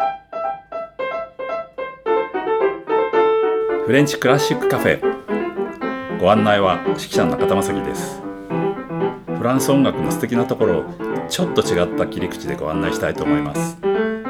フレンチクラシックカフェ、ご案内は指揮者の中田正樹です。フランス音楽の素敵なところをちょっと違った切り口でご案内したいと思います。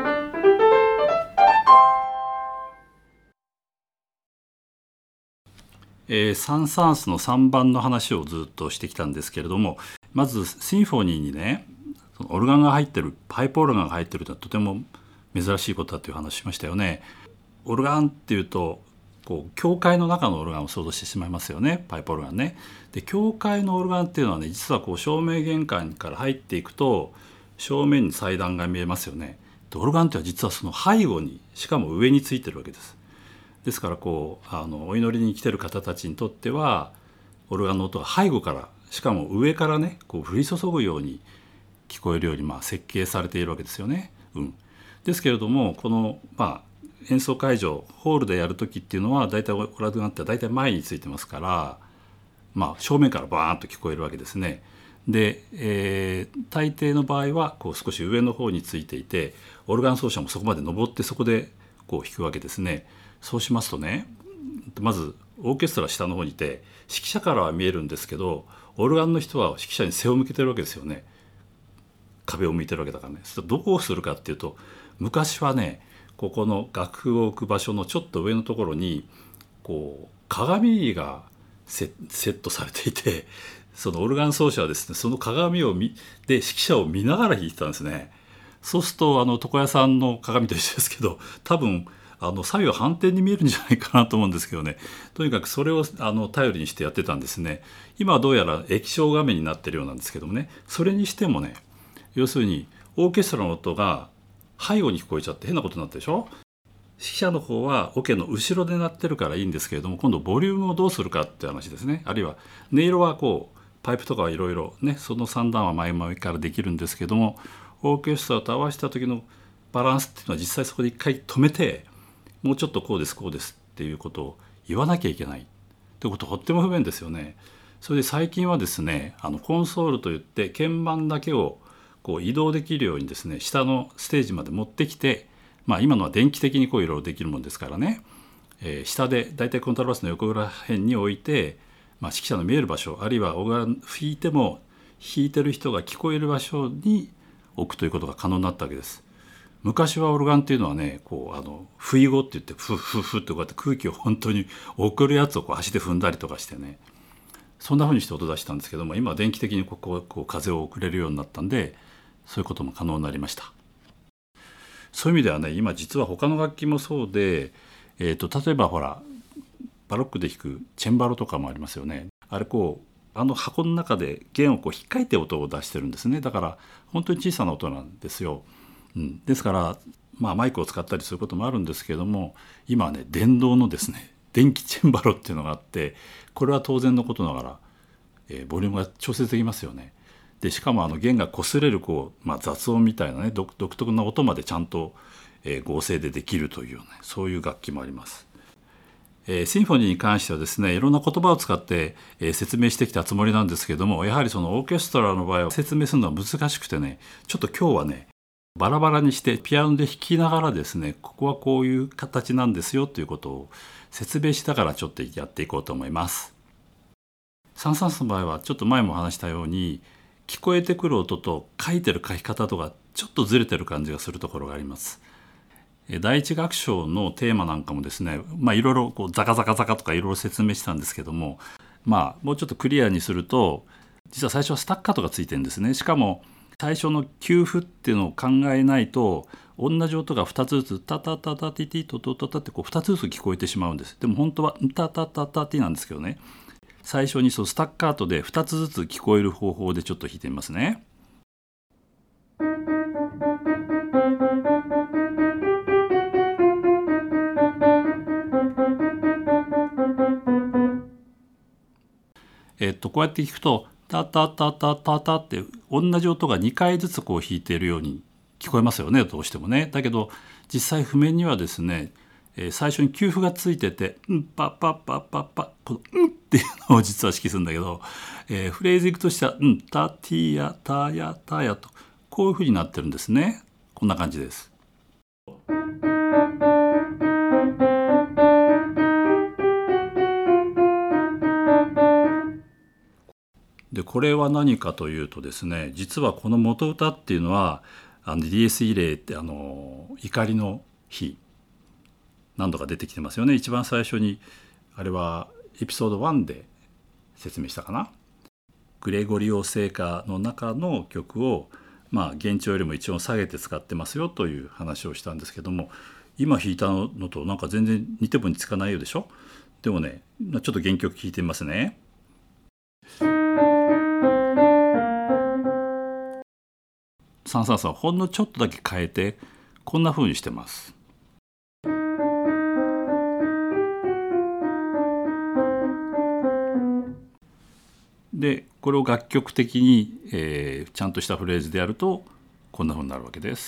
サン・サーンスの3番の話をずっとしてきたんですけれども、まずシンフォニーにね、そのオルガンが入ってる、パイプオルガンが入ってるというのはとても珍しいことだという話をしましたよね。オルガンっていうとこう教会の中のオルガンを想像してしまいますよね、パイプオルガンね。で、教会のオルガンっていうのはね、実はこう正面玄関から入っていくと正面に祭壇が見えますよね。で、オルガンっていうのは実はその背後に、しかも上についてるわけです。ですからこうお祈りに来てる方たちにとってはオルガンの音が背後から、しかも上からねこう降り注ぐように聞こえるように設計されているわけですよね。ですけれども、この演奏会場ホールでやる時っていうのは大体オルガンって大体前についてますから、正面からバーンと聞こえるわけですね。で、大抵の場合はこう少し上の方についていて、オルガン奏者もそこまで登ってそこでこう弾くわけですね。そうしますとね、まずオーケストラ下の方にいて指揮者からは見えるんですけど、オルガンの人は指揮者に背を向けてるわけですよね。壁を向いてるわけだからね。それどうするかっていうと、昔はね、ここの楽譜を置く場所のちょっと上のところにこう鏡がセットされていて、そのオルガン奏者はですね、その鏡をで指揮者を見ながら弾いてたんですね。そうすると床屋さんの鏡と一緒ですけど、多分左右反転に見えるんじゃないかなと思うんですけどね。とにかくそれを頼りにしてやってたんですね。今はどうやら液晶画面になってるようなんですけどもね。それにしてもね、要するにオーケストラの音が背後に聞こえちゃって変なことになってるでしょ。指揮者の方はオケの後ろで鳴ってるからいいんですけれども、今度ボリュームをどうするかって話ですね。あるいは音色はこうパイプとかはいろいろね、その三段は前々からできるんですけれども、オーケストラと合わせた時のバランスっていうのは実際そこで一回止めて、もうちょっとこうですこうですっていうことを言わなきゃいけないってこととっても不便ですよね。それで最近はですね、コンソールといって鍵盤だけをこう移動できるようにですね、下のステージまで持ってきて、今のは電気的にこういろいろできるもんですからね、下でだいたいコントラバスの横ら辺に置いて、指揮者の見える場所、あるいはオルガン弾いても弾いてる人が聞こえる場所に置くということが可能になったわけです。昔はオルガンっていうのはね、こう不意語って言ってフッフッフッってこうやって空気を本当に送るやつをこう足で踏んだりとかしてね、そんな風にして音出したんですけども、今は電気的にこう風を送れるようになったんで、そういうことも可能になりました。そういう意味ではね、今実は他の楽器もそうで、例えばほらバロックで弾くチェンバロとかもありますよね。あれこう箱の中で弦をこう引っかいて音を出してるんですね。だから本当に小さな音なんですよ。ですからマイクを使ったりすることもあるんですけれども、今はね電動のですね電気チェンバロっていうのがあって、これは当然のことながら、ボリュームが調節できますよね。でしかも弦が擦れる雑音みたいなね独特な音までちゃんと、合成でできるというね、そういう楽器もあります。シンフォニーに関してはですね、いろんな言葉を使って、説明してきたつもりなんですけれども、やはりそのオーケストラの場合は説明するのは難しくてね、ちょっと今日はねバラバラにしてピアノで弾きながらですね、ここはこういう形なんですよということを説明しながらちょっとやっていこうと思います。サン・サーンスの場合はちょっと前も話したように、聞こえてくる音と書いてる書き方とかちょっとずれてる感じがするところがあります。第一楽章のテーマなんかもですね、いろいろこうザカザカザカとかいろいろ説明したんですけども、もうちょっとクリアにすると、実は最初はスタッカートがついてるんですね。しかも最初の休符っていうのを考えないと、同じ音が2つずつタタタタティティトトトタってこう2つずつ聞こえてしまうんです。でも本当はタタタタティなんですけどね、最初にそうスタッカートで2つずつ聞こえる方法でちょっと弾いてみますね。こうやって弾くとタタタタタタって同じ音が2回ずつこう弾いているように聞こえますよね、どうしてもね。だけど実際譜面にはですね、最初に休符がついててパッパッパッパッパッ、このっていうのを実は指揮するんだけど、フレーズいくとしてはタティヤタヤタヤとこういうふうになってるんですね。こんな感じです。 でこれは何かというとですね、実はこの元歌っていうのはDS イレイって怒りの日何度か出てきてますよね。一番最初にあれはエピソード1で説明したかな。グレゴリオ聖歌の中の曲を原調よりも一音下げて使ってますよという話をしたんですけども、今弾いたのとなんか全然似ても似つかないようでしょ。でもね、ちょっと原曲弾いてみますね。333ほんのちょっとだけ変えてこんな風にしてます。でこれを楽曲的に、ちゃんとしたフレーズでやるとこんな風になるわけです。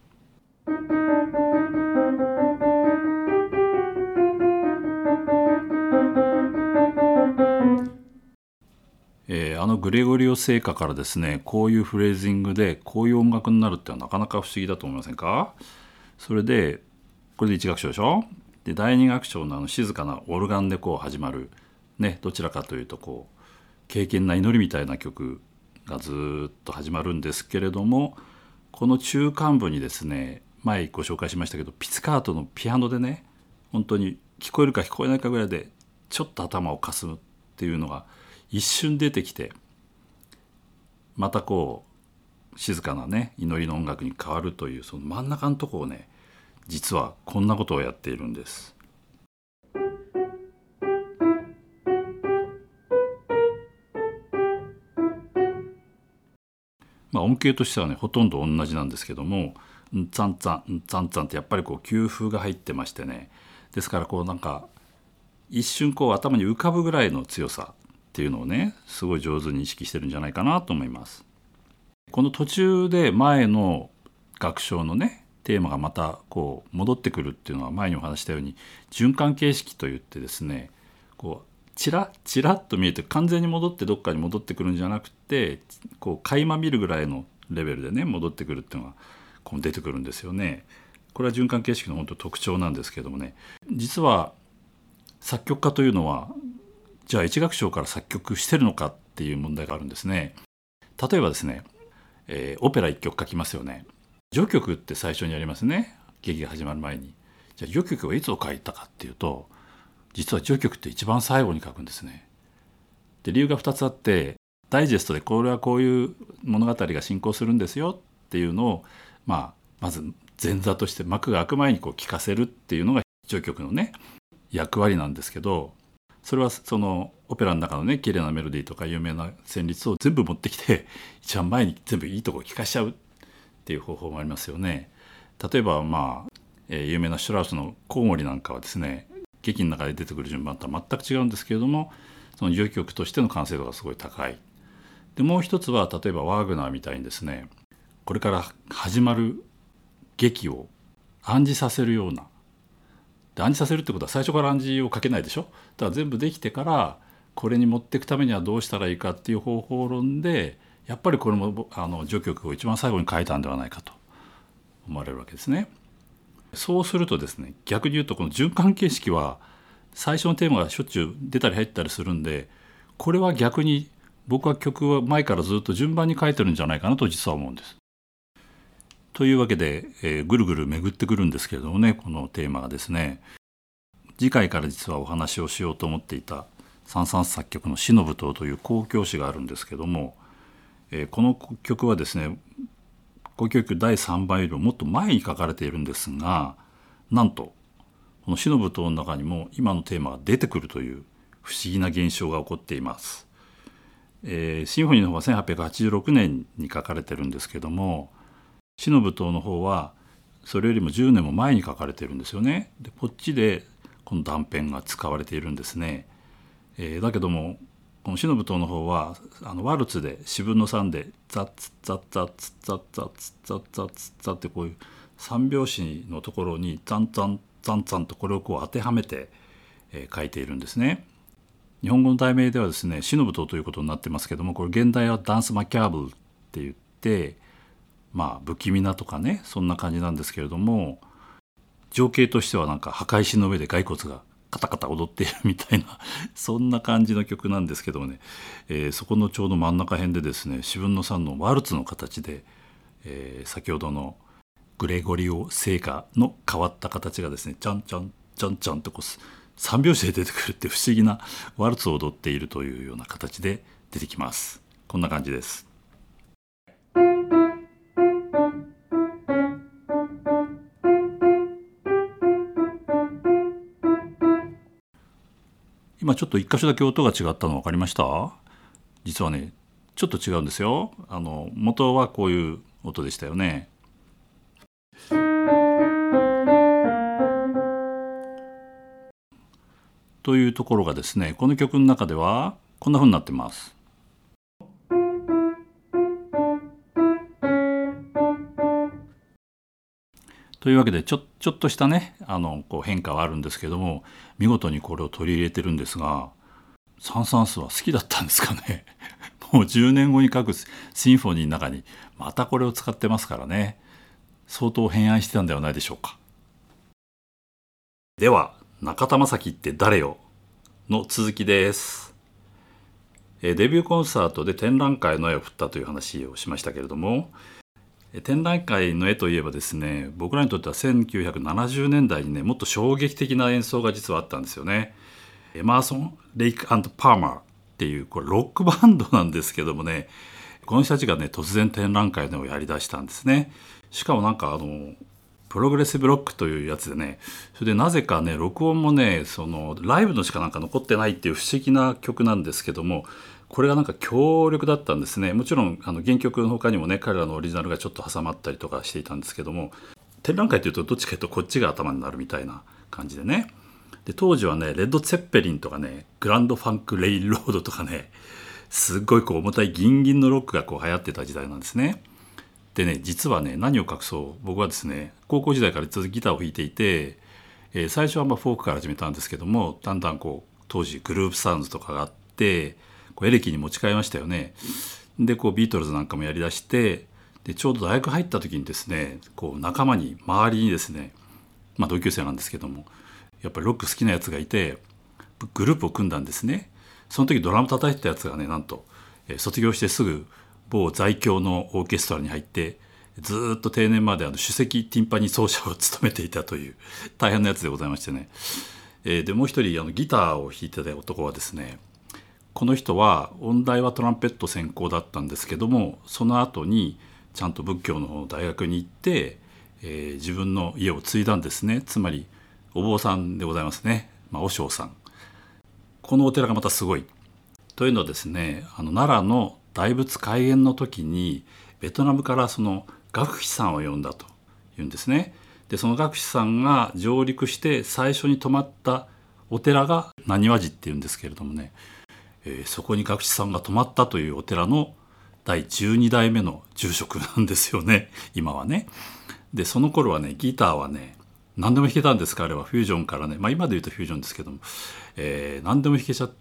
グレゴリオ聖歌からですね、こういうフレーズングでこういう音楽になるってのはなかなか不思議だと思いませんか。それでこれで1楽章でしょ。で第2楽章の静かなオルガンでこう始まるね、どちらかというとこう敬虔な祈りみたいな曲がずっと始まるんですけれども、この中間部にですね、前ご紹介しましたけどピツカートのピアノでね、本当に聞こえるか聞こえないかぐらいでちょっと頭をかすむっていうのが一瞬出てきて、またこう静かなね祈りの音楽に変わるという、その真ん中のところをね、実はこんなことをやっているんです。音形としてはねほとんど同じなんですけども、んつぁんつぁんんつぁんつぁんってやっぱりこう休符が入ってましてね、ですからこうなんか一瞬こう頭に浮かぶぐらいの強さっていうのをね、すごい上手に意識してるんじゃないかなと思います。この途中で前の楽章のねテーマがまたこう戻ってくるっていうのは、前にお話したように循環形式といってですね、こうチラッと見えて完全に戻ってどっかに戻ってくるんじゃなくて、こう垣間見るぐらいのレベルでね戻ってくるっていうのがこう出てくるんですよね。これは循環形式の本当特徴なんですけどもね、実は作曲家というのはじゃあ一楽章から作曲してるのかっていう問題があるんですね。例えばですね、オペラ一曲書きますよね。序曲って最初にやりますね、劇が始まる前に。じゃあ序曲はいつを書いたかっていうと、実は序曲って一番最後に書くんですね。で理由が2つあって、ダイジェストでこれはこういう物語が進行するんですよっていうのを、まず前座として幕が開く前にこう聞かせるっていうのが序曲のね役割なんですけど、それはそのオペラの中のね綺麗なメロディーとか有名な旋律を全部持ってきて一番前に全部いいとこ聞かしちゃうっていう方法もありますよね。例えば有名なシュトラウスのコウモリなんかはですね、劇の中で出てくる順番とは全く違うんですけれども、その序曲としての完成度がすごい高い。でもう一つは例えばワーグナーみたいにですね、これから始まる劇を暗示させるような、暗示させるってことは最初から暗示をかけないでしょ。だから全部できてからこれに持っていくためにはどうしたらいいかっていう方法論で、やっぱりこれも序曲を一番最後に書いたんではないかと思われるわけですね。そうするとですね、逆に言うとこの循環形式は最初のテーマがしょっちゅう出たり入ったりするんで、これは逆に僕は曲は前からずっと順番に書いてるんじゃないかなと実は思うんです。というわけで、ぐるぐる巡ってくるんですけれどもね、このテーマがですね、次回から実はお話をしようと思っていたサン・サンス作曲の「死の舞踏」という交響詩があるんですけども、この曲はですね、交響曲第3番よりももっと前に書かれているんですが、なんとこの「死の舞踏」の中にも今のテーマが出てくるという不思議な現象が起こっています。シンフォニーの方は1886年に書かれてるんですけども、死の舞踏の方はそれよりも10年も前に書かれてるんですよね。でこっちでこの断片が使われているんですね。だけどもこの死の舞踏の方はワルツで四分の3でザッツザッザッツザッザッツザッザッツザッってこういう三拍子のところにザンザンザンザンとこれをこう当てはめて、書いているんですね。日本語の題名ではですね死の舞踏ということになってますけども、これ現代はダンスマキャーブルって言って、不気味なとかね、そんな感じなんですけれども、情景としてはなんか墓石の上で骸骨がカタカタ踊っているみたいなそんな感じの曲なんですけどもね、そこのちょうど真ん中辺でですね、四分の3のワルツの形で、先ほどのグレゴリオ聖歌の変わった形がですね、チャンチャンチャンチャンとこう3拍子で出てくるって不思議なワルツを踊っているというような形で出てきます。こんな感じです。今ちょっと一箇所だけ音が違ったの分かりました？実はね、ちょっと違うんですよ。元はこういう音でしたよね。というところがですね、この曲の中ではこんな風になってます。というわけでちょっとしたねこう変化はあるんですけども、見事にこれを取り入れてるんですが、サン・サンスは好きだったんですかね。もう10年後に書くシンフォニーの中にまたこれを使ってますからね、相当偏愛してたんではないでしょうか。では中田正樹って誰よの続きです。デビューコンサートで展覧会の絵を振ったという話をしましたけれども、展覧会の絵といえばですね、僕らにとっては1970年代にね、もっと衝撃的な演奏が実はあったんですよね。エマーソン・レイク&パーマーっていう、これロックバンドなんですけどもね、この人たちがね突然展覧会の絵をやりだしたんですね。しかもなんかプログレッシブロックというやつでね、それでなぜかね録音もねそのライブのしかなんか残ってないっていう不思議な曲なんですけども、これがなんか強力だったんですね。もちろん原曲の他にもね彼らのオリジナルがちょっと挟まったりとかしていたんですけども、展覧会というとどっちかというとこっちが頭になるみたいな感じでね。で当時はねレッド・ツェッペリンとかねグランド・ファンク・レイロードとかね、すっごいこう重たいギンギンのロックがこう流行ってた時代なんですね。でね、実はね何を隠そう僕はですね高校時代からずっとギターを弾いていて、最初はフォークから始めたんですけども、だんだんこう当時グループサウンズとかがあってこうエレキに持ち替えましたよね。でこうビートルズなんかもやりだして、でちょうど大学入った時にですね、こう仲間に周りにですね、同級生なんですけどもやっぱりロック好きなやつがいてグループを組んだんですね。その時ドラム叩いてたやつがね、なんと卒業してすぐ某在京のオーケストラに入ってずっと定年まで首席ティンパニ奏者を務めていたという大変なやつでございましてね。でもう一人ギターを弾いてた男はですね、この人は音大はトランペット専攻だったんですけども、その後にちゃんと仏教の大学に行って、自分の家を継いだんですね。つまりお坊さんでございますね。和尚さん。このお寺がまたすごいというのはですね、奈良の大仏開眼の時にベトナムからその学士さんを呼んだというんですね。でその学士さんが上陸して最初に泊まったお寺が浪速寺っていうんですけれどもね、そこに学士さんが泊まったというお寺の第12代目の住職なんですよね、今はね。でその頃はねギターはね何でも弾けたんです。彼はフュージョンからね、今で言うとフュージョンですけども、何でも弾けちゃって、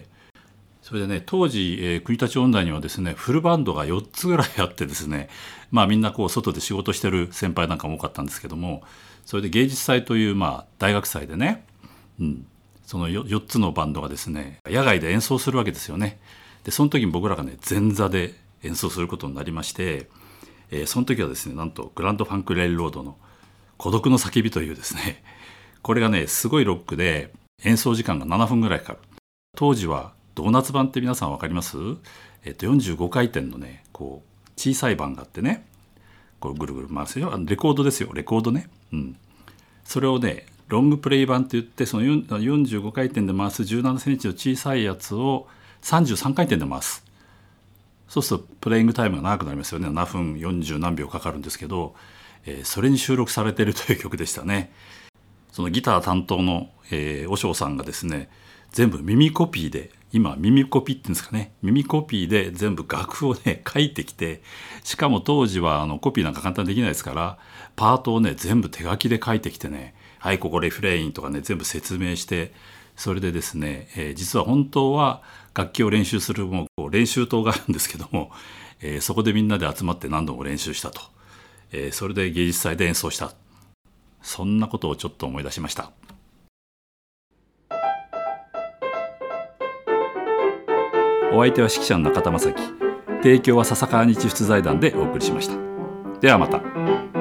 それでね当時、国立音大にはですねフルバンドが4つぐらいあってですね、みんなこう外で仕事してる先輩なんかも多かったんですけども、それで芸術祭という大学祭でね、その 4つのバンドがですね野外で演奏するわけですよね。でその時に僕らがね前座で演奏することになりまして、その時はですねなんとグランドファンクレイルロードの孤独の叫びというですね、これがねすごいロックで演奏時間が7分ぐらいかかる。当時はドーナツ版って皆さん分かります？45回転のねこう小さい盤があってね、こうぐるぐる回すよ。レコードですよ、レコードね。それをねロングプレイ盤って言って、その45回転で回す17センチの小さいやつを33回転で回す。そうするとプレイングタイムが長くなりますよね。7分40何秒かかるんですけど、それに収録されているという曲でしたね。そのギター担当の、和尚さんがですね全部耳コピーで、今耳コピーって言うんですかね、耳コピーで全部楽譜をね書いてきて、しかも当時はコピーなんか簡単にできないですから、パートをね全部手書きで書いてきてね、はいここレフレインとかね全部説明して、それでですね、実は本当は楽器を練習するもう練習棟があるんですけども、そこでみんなで集まって何度も練習したと、それで芸術祭で演奏した、そんなことをちょっと思い出しました。 お相手は指揮者の中田正樹、提供は笹川日出財団でお送りしました。ではまた。